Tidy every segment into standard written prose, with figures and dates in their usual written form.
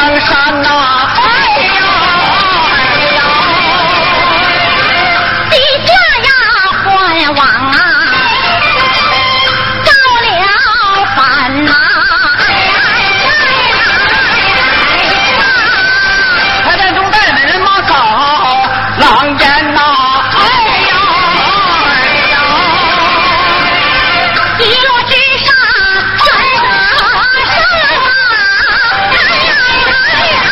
江山呐、 地这呀昏王啊，着了烦呐、 太太中带人马高狼烟呐、 一路之上，山河上啊，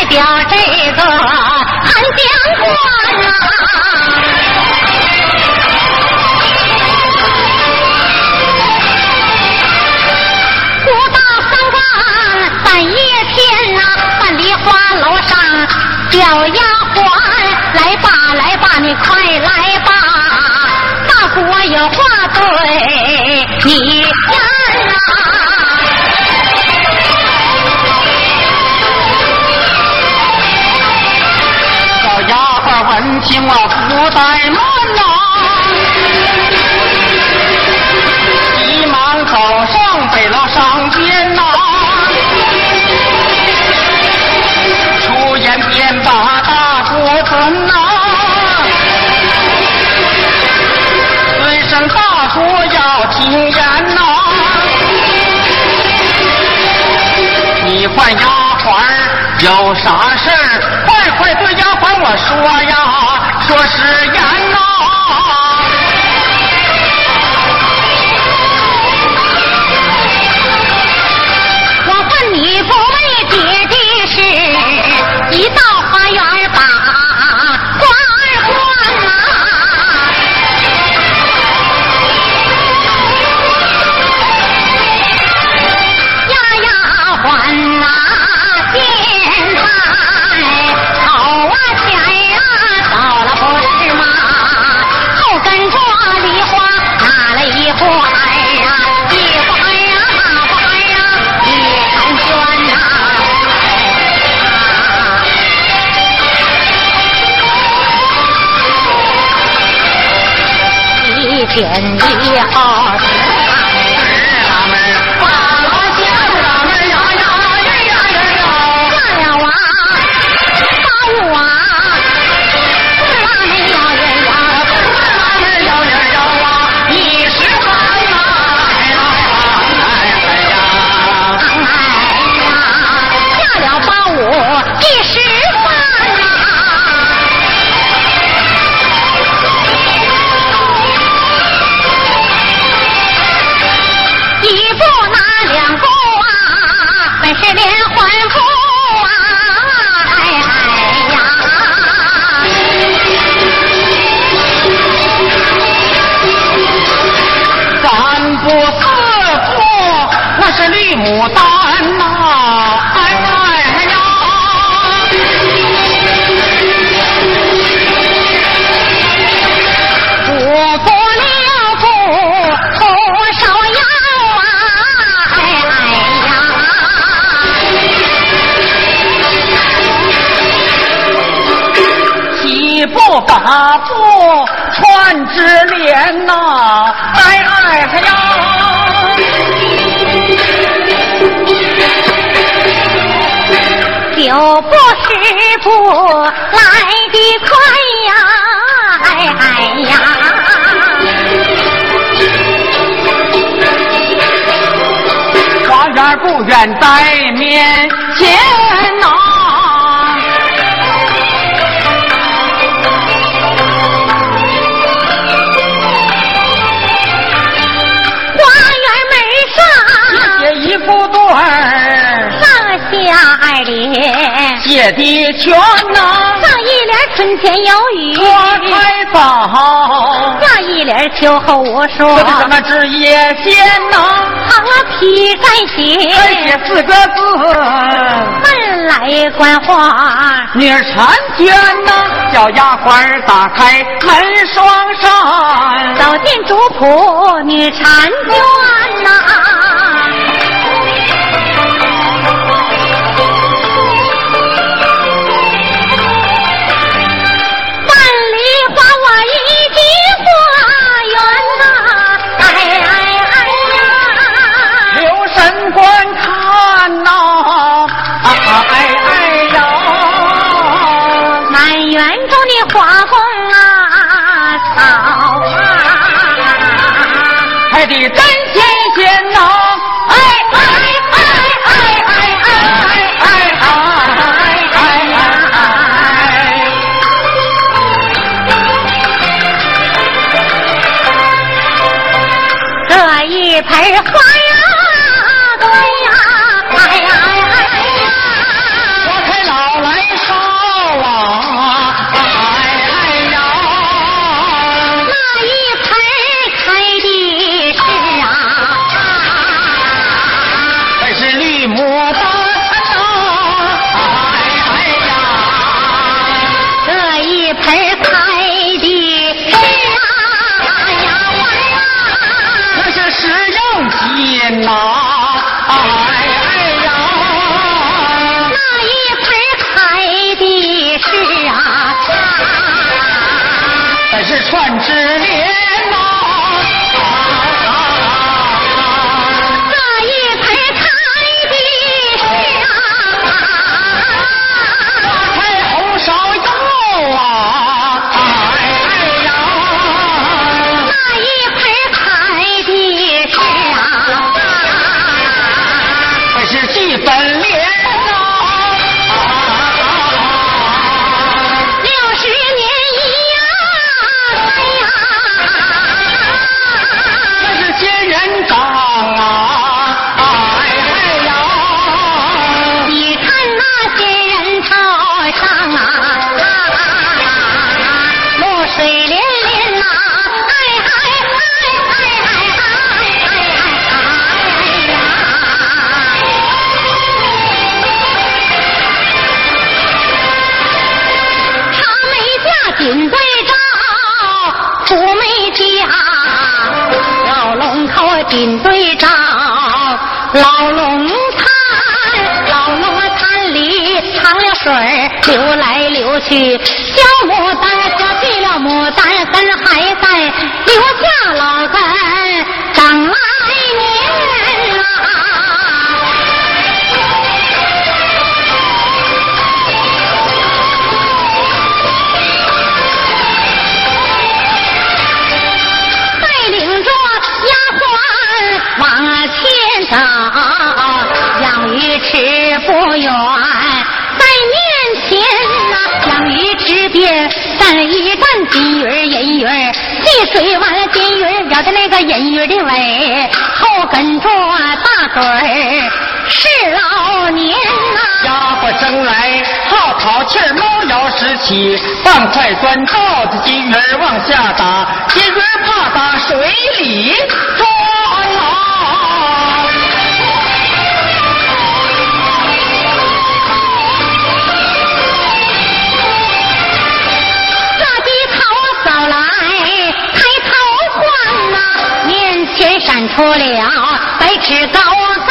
代表这个汉江关啊。古道三关半夜天呐，万里花楼上叫丫鬟，来吧来吧，你快来吧，大姑有话对你言啊。 小丫鬟闻听我不怠慢呐，急忙走上北楼上边呐，出言便把大姑尊呐，尊声大姑要听言呐，你唤丫鬟有啥事儿，快对丫鬟我说呀，说是言呐。 我问你不问你爹的事，一到花园把花儿换啊。丫鬟啊，现在好啊钱啊找了不是吗？后跟着梨花拿了一花儿啊，一花儿啊大花儿啊一婵娟呐。一天以后是连环妇啊，呀！ 三不四不，那是绿牡丹呐，呀！ 五步六步徒手摇啊， 七步八步串枝莲呐，呀！ 九步十步来得快呀，呀！ 花园不远在面前呐。一副对儿， 上下二联， 写的全呐。 上一联春天有雨， 花开早； 下一联秋后无霜。 这是什么枝叶仙呐？ 行了劈山写， 再写4个字。 门来观花， 女儿婵娟呐，小丫鬟打开门双扇， 走进主仆女婵娟呐。花红啊，草啊， 还得真新鲜呐！ 这一盆花呀，对呀， 我开老来串枝莲呐。 这一盆开的是彩虹烧油啊，哎呀， 那一盆开的是这是几分莲呐 ，60年一呀，哎呀， 这是仙人掌啊，哎呀， 你看那仙人头上露水连连呐，他没嫁金对照，不没嫁老龙头金对照，老龙潭里淌了水流来流去，小牡丹下去了牡丹根，还在留下老根长来年带领着丫鬟往前走，养鱼池不远在面前呐，养鱼池边站了一站金鱼银鱼，戏水完了金鱼绕着那个银鱼的尾，后跟着大嘴儿是老年呐。 家伙生来好淘气儿，猫摇时起，半块砖罩子金鱼儿往下打，金鱼儿怕打水里钻啊。 这几头走来抬头观呐，面前闪出了百尺高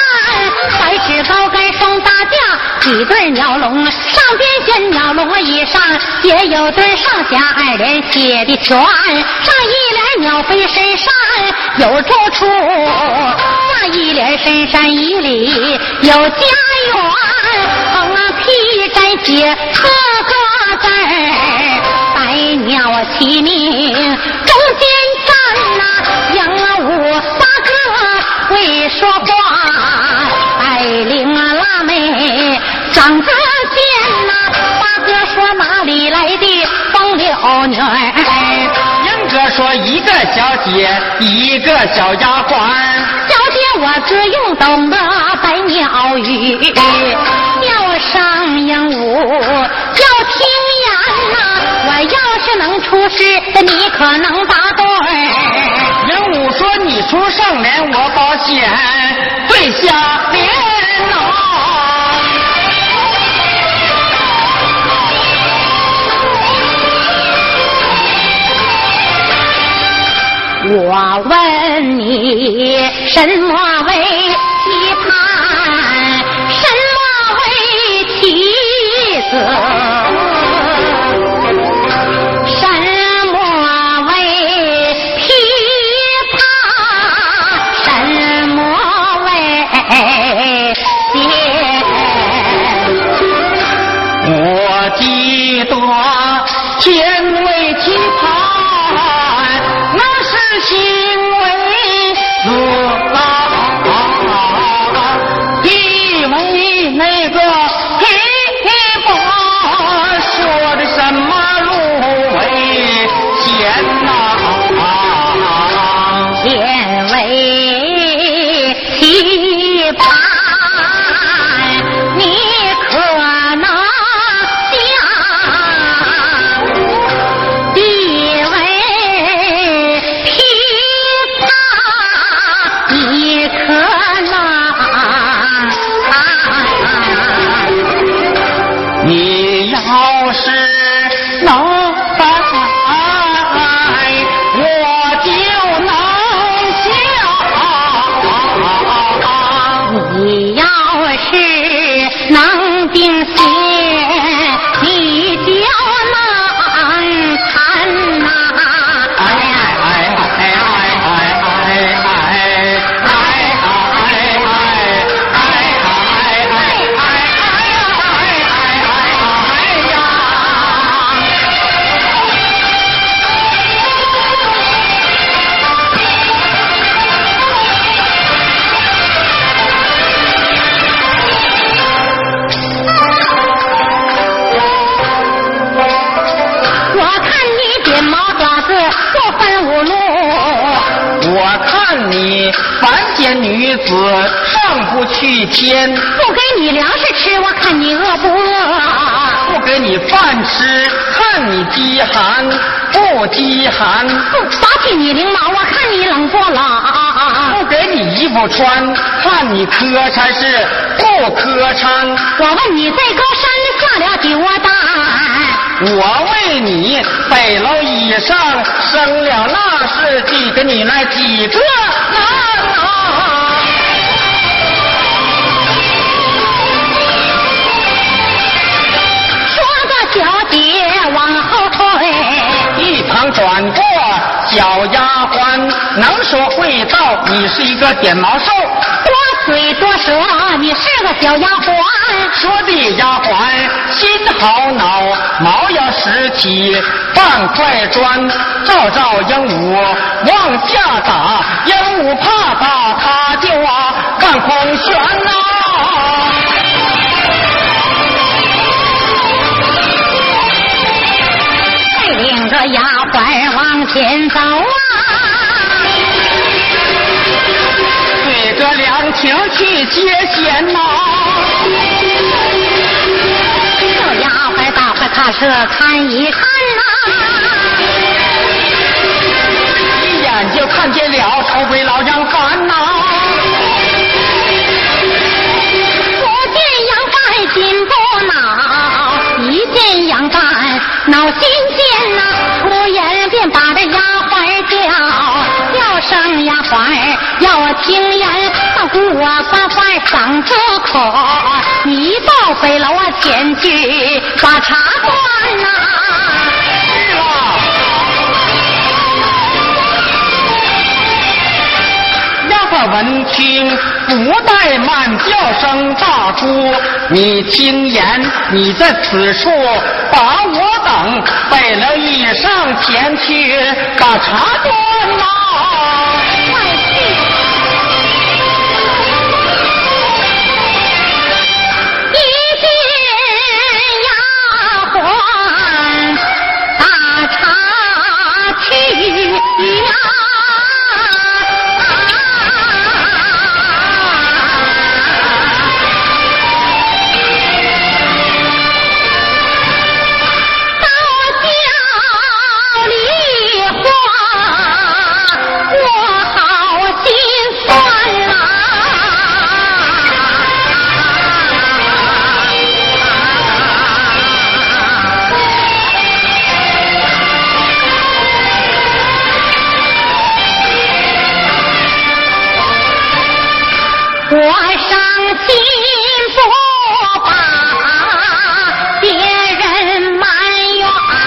杆双大架，几对鸟笼，上边衔鸟笼以上也有对上下2连写的全，上1联鸟飞深山有住处，下1联深山1里有家园，横批摘写4个字儿，百鸟齐鸣中间站呐，杨武8个会说话，带领腊妹长得见呐，8个说哪里来的风流女儿， 严格说一个小姐一个小丫鬟， 小姐我只用懂得百鸟语，要上鹦鹉要听言呐，我要是能出师，你可能答对。 人武说你出上联我保险对下联呐。 我问你什么为期盼，什么为棋子，什么为琵琶，什么为弦， 我记得天为期盼，那是心为死啊，因为那个琵琶说的什么路为险呐， 天为期盼，你可能想，地为琵琶，你可能你要是能在，我就能想。 你要是能定心，你就能参呐。 路。 我看你凡间女子上不去天， 不给你粮食吃，我看你饿不饿？ 不给你饭吃，看你饥寒不饥寒； 不拔去你翎毛，我看你冷不冷？ 不给你衣服穿，看你磕碜是不磕碜。 我问你，在高山下了几窝蛋？ 我为你北楼以上生了那是几个你来几个男啊？ 说个小姐往后退， 一旁转过小丫鬟，能说会道，你是一个点毛兽。 多嘴多舌，你是个小丫鬟。 说的丫鬟心好恼，毛要拾起半块砖，照照鹦鹉往下打，鹦鹉怕打他就半空悬呐。 带领着丫鬟往前走对着两情去接线呐。 这丫鬟大快踏舌看一看一眼就看见了头回老杨帆呐。 不见杨帆心不恼，一见杨帆恼心间呐，出言便把这丫鬟叫声丫鬟要我听言，照顾我把饭赏出口，你到北楼前去把茶端呐。 是啊，丫鬟闻听不怠慢，叫声大姑，你听言，你在此处把我等，北楼以上前去把茶端呐。 我伤心不把别人埋怨，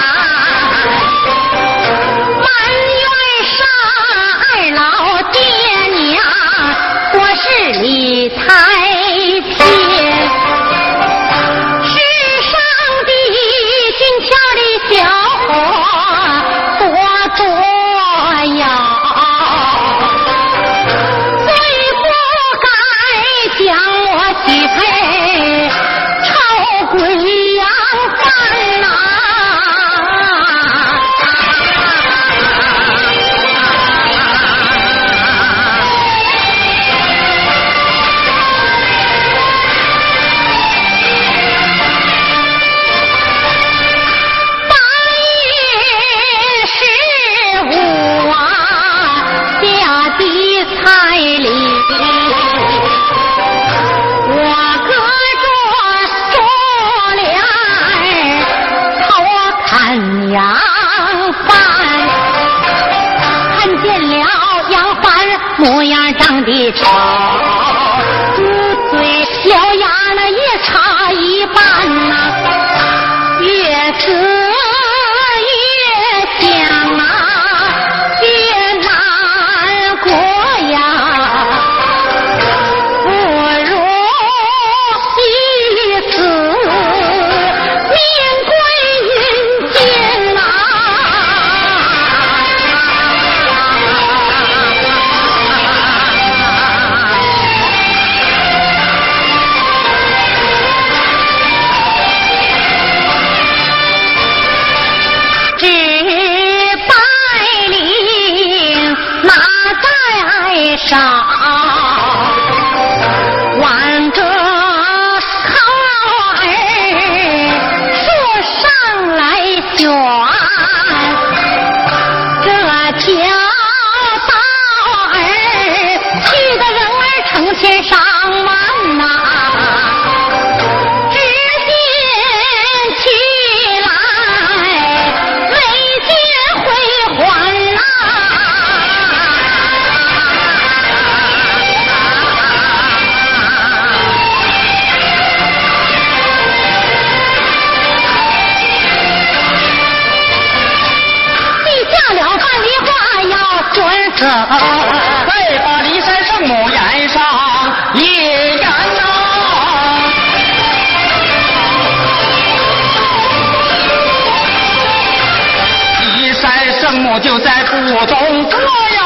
埋怨上二老爹娘我是理太监，世上的俊俏的小伙多多呀。将我许配臭鬼杨帆呐！八月15下的彩礼。杨帆看见了杨帆模样长得丑，嘟嘴獠牙那也差一半呐，越死越香啊，越难过呀，不如一死命归云间呐。 上，挽着桃儿树上来选，这条道儿去的人儿成千上万呐，只见起来未见回还呐。 再把骊山圣母演上一演呐，骊山圣母就在谷中坐呀，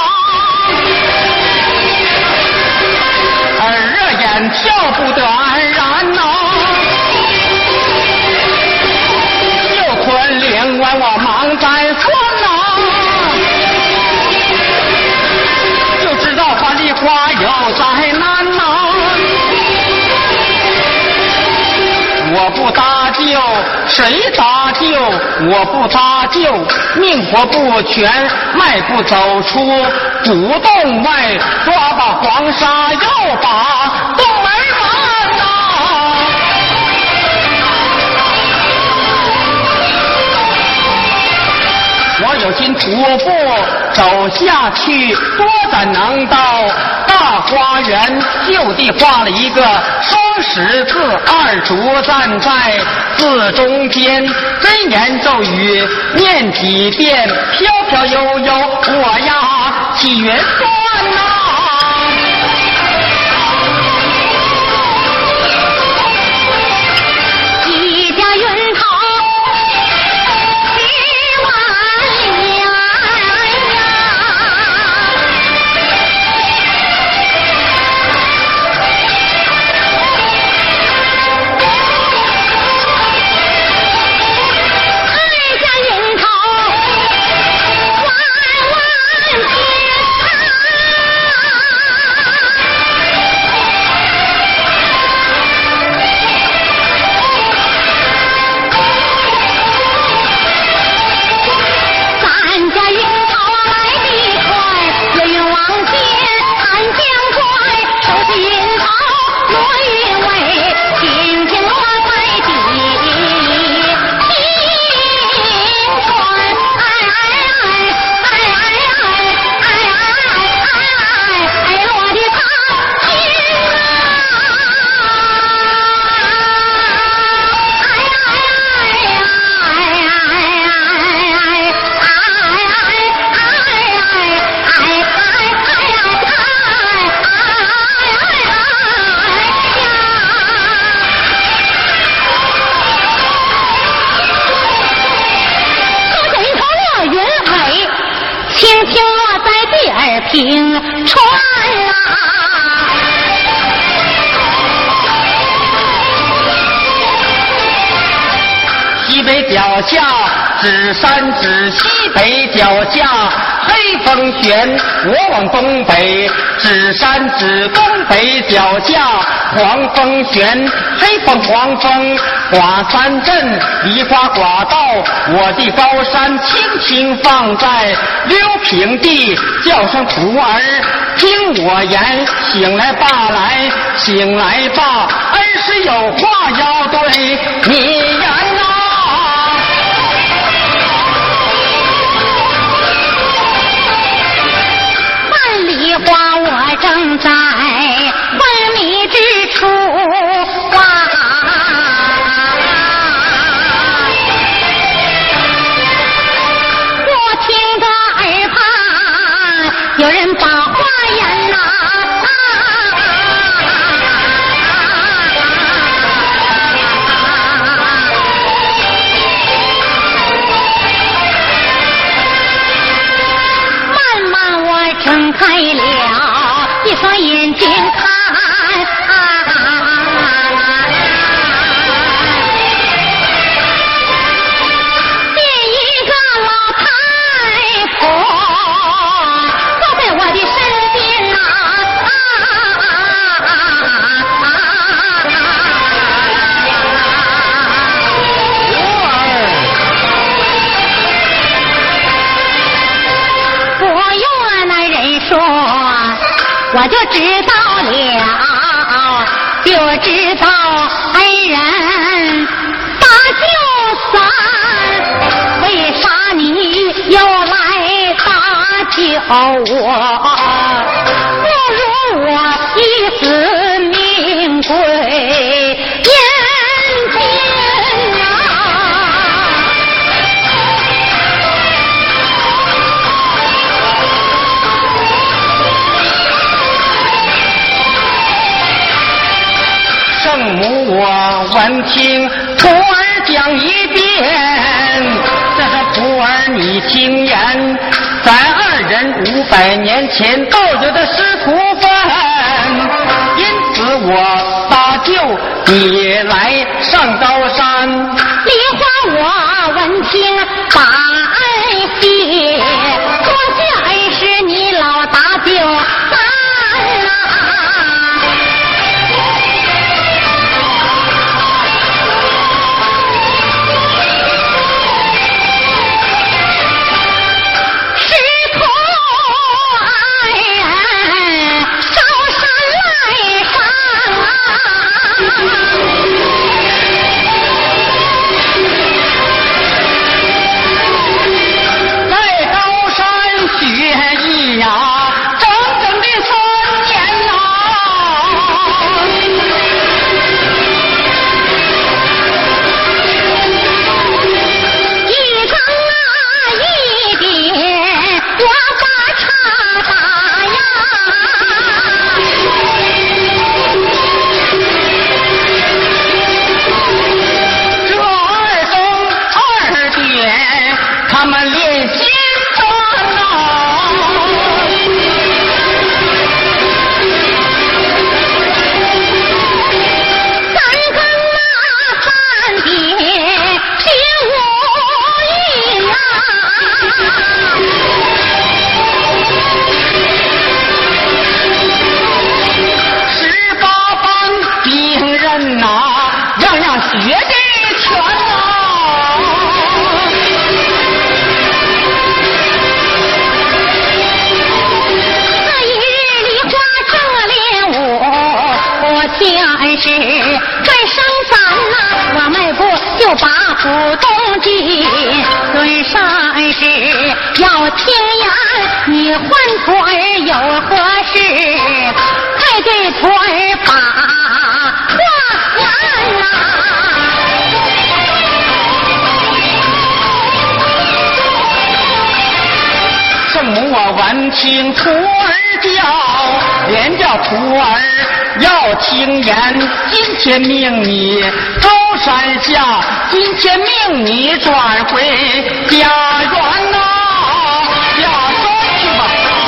热眼跳不得安然呐，就屯领完我忙在说呐。花有灾难呐，我不搭救谁搭救？我不搭救，命活不全，迈不走出古洞外，抓把黄沙又把洞门关呐。我有心徒步走下去，多怎能到大花园？就地画了一个双十字，二竹站在字中间，真言咒语念几遍，飘飘悠悠，我呀起云端呐。 一家云头平川啊， 西北脚下指山指西北脚下黑风旋，我往东北指山指东北脚下黄风旋，黑风黄风刮三阵，梨花刮到我的高山，轻轻放在溜平地，叫声徒儿听我言，醒来吧来，醒来吧，恩师有话要对你言呐。 万里花我正在昏迷之处花，我听得耳畔有人把话言呐，慢慢我睁开了一双眼睛看，见一个老太婆坐在我的身边呐， 我就知道了，就知道恩人大舅三，为啥你又来搭救我？不如我一死命归燕京啊！ 圣母我闻听徒儿讲一遍，这是徒儿你听言，咱二人500年前都有的师徒分，因此我搭救你来上高山。 梨花我闻听把恩谢，多谢恩师你老搭救三啊！就把府东进，论善事要听言，你唤徒儿有何事？快给徒儿把话言啊！ 圣母我闻听徒儿叫，连叫徒儿要听言，今天命你高山下，今天命你转回家园呐，下山去吧。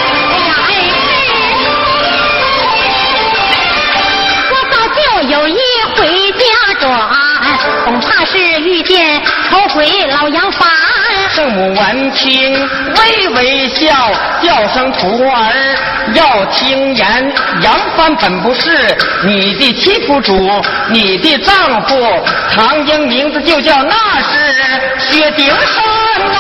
我早就有意回家转，恐怕是遇见丑鬼老杨凡。 圣母闻听微微笑，叫声徒儿要听言，杨帆本不是你的妻夫主，你的丈夫唐英名字就叫那是薛丁山呐。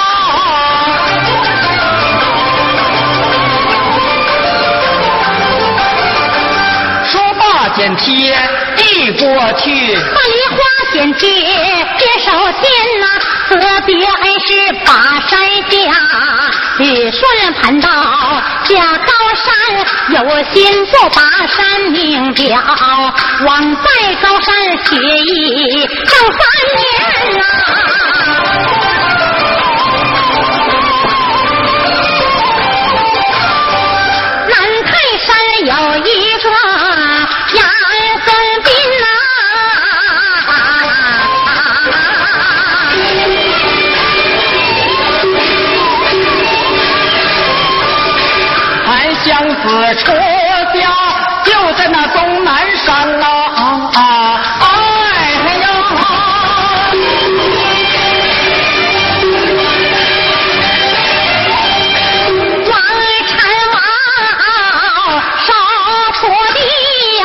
说罢剪贴递过去， 把梨花剪贴接手间呐，特别是把山下雨顺盘道下高山，有心就把山命表，枉在高山学艺正3年啊。南泰山有一个杨孙斌呐， 韩湘子出家就在那东南山呐，哎呀！ 王禅王少出的呀，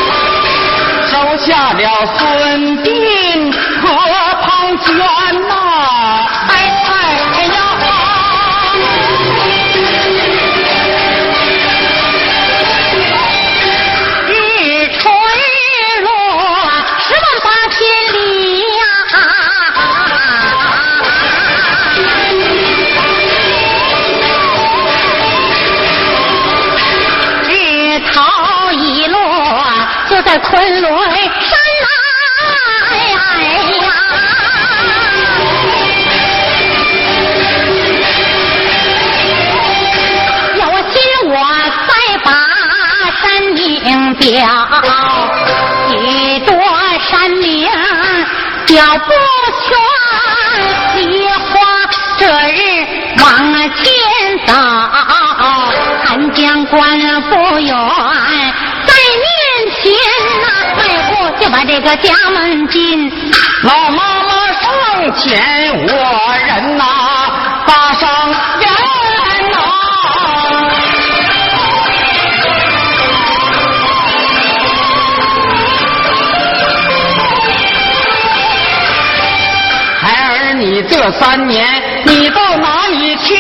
收下了孙膑和庞涓呐。 在昆仑山要我今我再把山名标，几多山名表不全，梨花这日往前走，汉江关不远，在面前呐，迈步就把这个家门进。 老妈妈上前我人呐，搭上人呐，孩儿你这3年你到哪里去？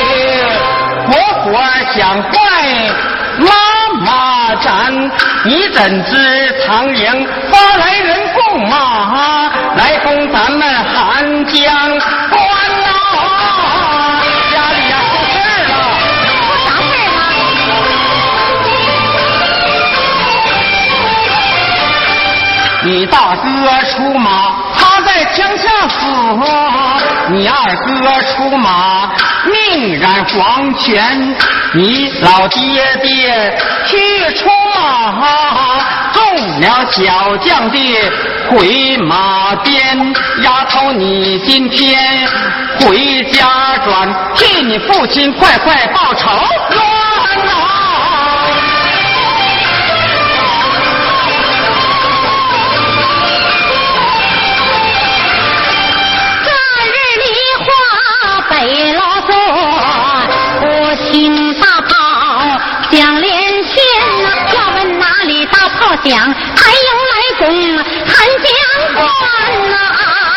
活想坏妈妈斩，你怎知唐营发来人供马，来攻咱们汉江关呐！家里呀出事了， 出啥事了？你大哥出马，他在江下死；你二哥出马，命染黄泉。你老爹爹去出马，中了小将的回马鞭。丫头，你今天回家转，替你父亲快快报仇冤呐！ 北老座，不听大炮响连天呐，要问哪里大炮响，还应来攻汉江关呐。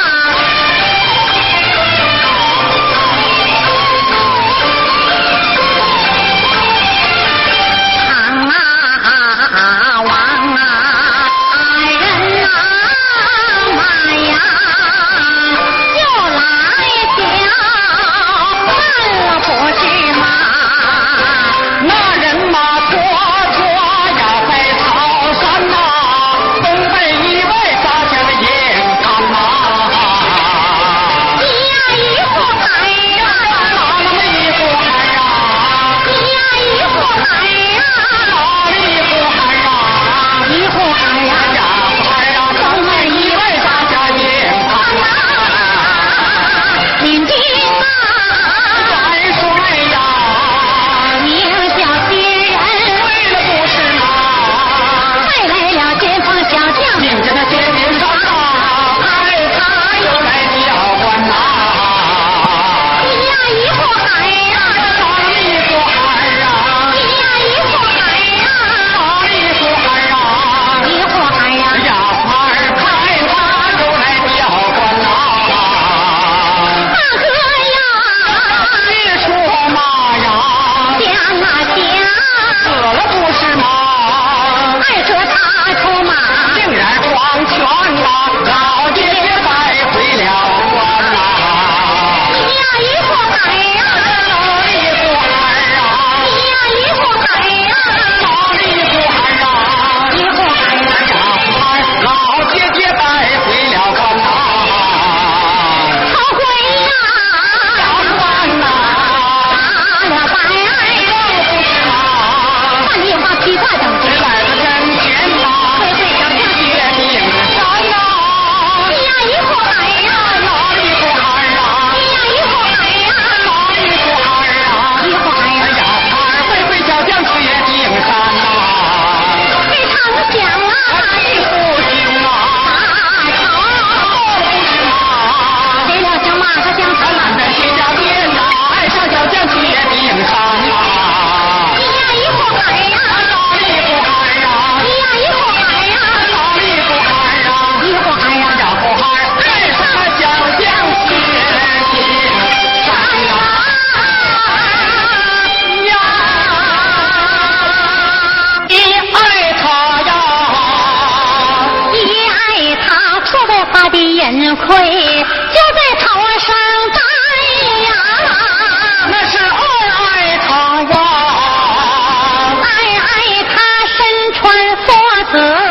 人亏就在头上戴呀， 那是爱他呀， 爱他身穿佛子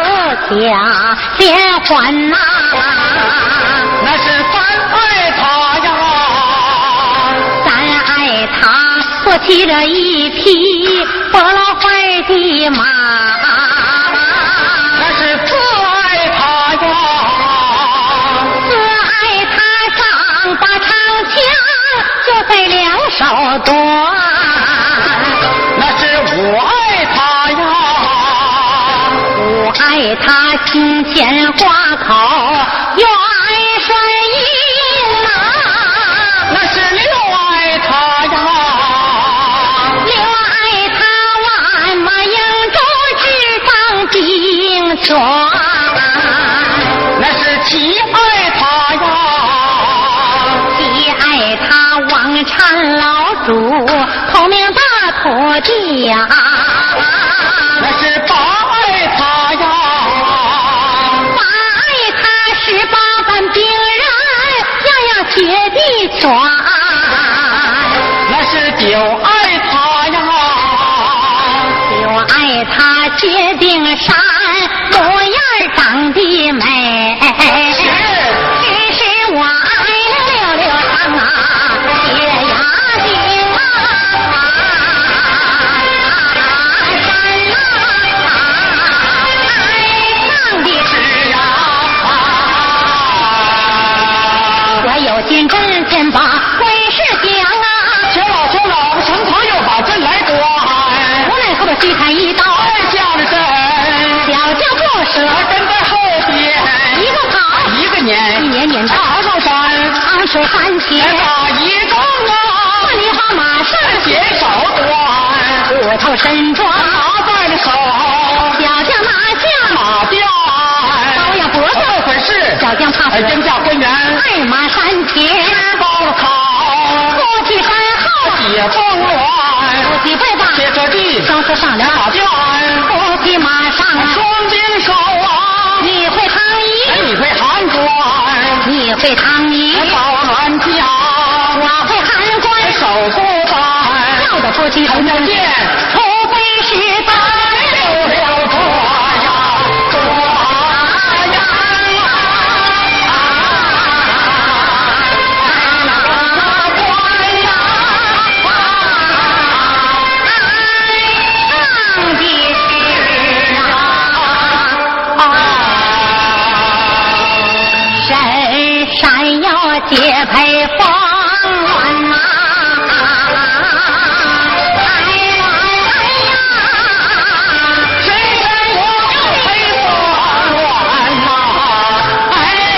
家连环呐， 那是三爱他呀， 三爱他所骑着一匹波老怀的马， 那是四爱他呀， 四爱他上把长枪就在两手端， 那是五爱他呀， 五爱他金钱花口元帅印呐， 那是六爱他呀， 六爱他万马营中执掌兵权， 那是七爱他呀， 七爱他王禅老祖头名大土地呀， 那是八爱他呀， 八爱他18般兵刃样样铁地全， 那是九爱他呀， 九爱他决定山模样长得美，只是我爱了溜溜长啊铁牙精啊，山上的是我有心真真把婚事讲啊， 请老，陈朋友把阵来端， 无奈何的虚开一刀， 下了阵， 小将不舍， 跟在后边， 一个跑， 一个撵， 一年撵到爬上山， 昂首三前， 打一仗啊， 万里花马上携手端， 骨头身装， 拿在了手， 小将拿下马鞭， 刀呀脖子， 这回事， 小将怕死， 真下官员， 爱马山前， 包了考， 过去山后， 解风乱， 不起背吧， 切车地， 双手上梁， 打架， 过去马上， 双肩手啊， 你会唐衣， 你会hand官， 你会唐衣， 保安家， 我会汉官， 手不板， 要的不起陈家剑， 除非是在溜溜抓呀抓呀， 上的是深山要结配方圆呐， 谁人我要陪我乱呐，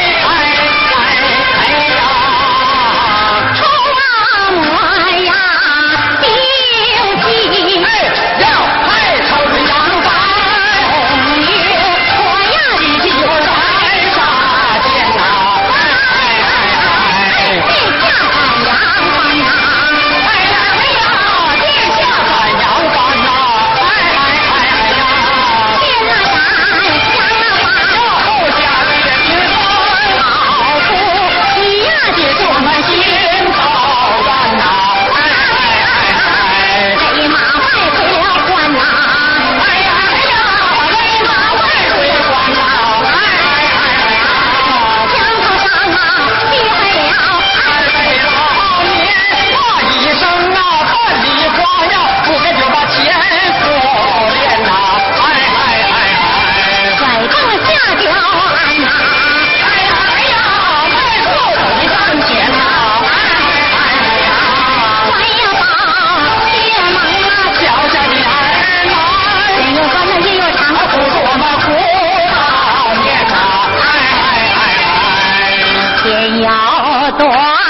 呀， 出我呀定计要太抽着羊白， 红月我呀日记我在杀剑呐， 地下看阳关呐， 地下看阳关呐， 天啊呀后家的知道老夫你呀得多么心好干呐， 北马外回了关呐， 雷马外回关呐， 墙头上啊记回了老年骂一声啊，看梨花呀，不该就把前夫练呐， 拐杖下条岸呐， 太后头一上前呐， 还要把铁门啊， 脚下的儿男， 人又宽那也有长不是我们胡大念呐， 天要多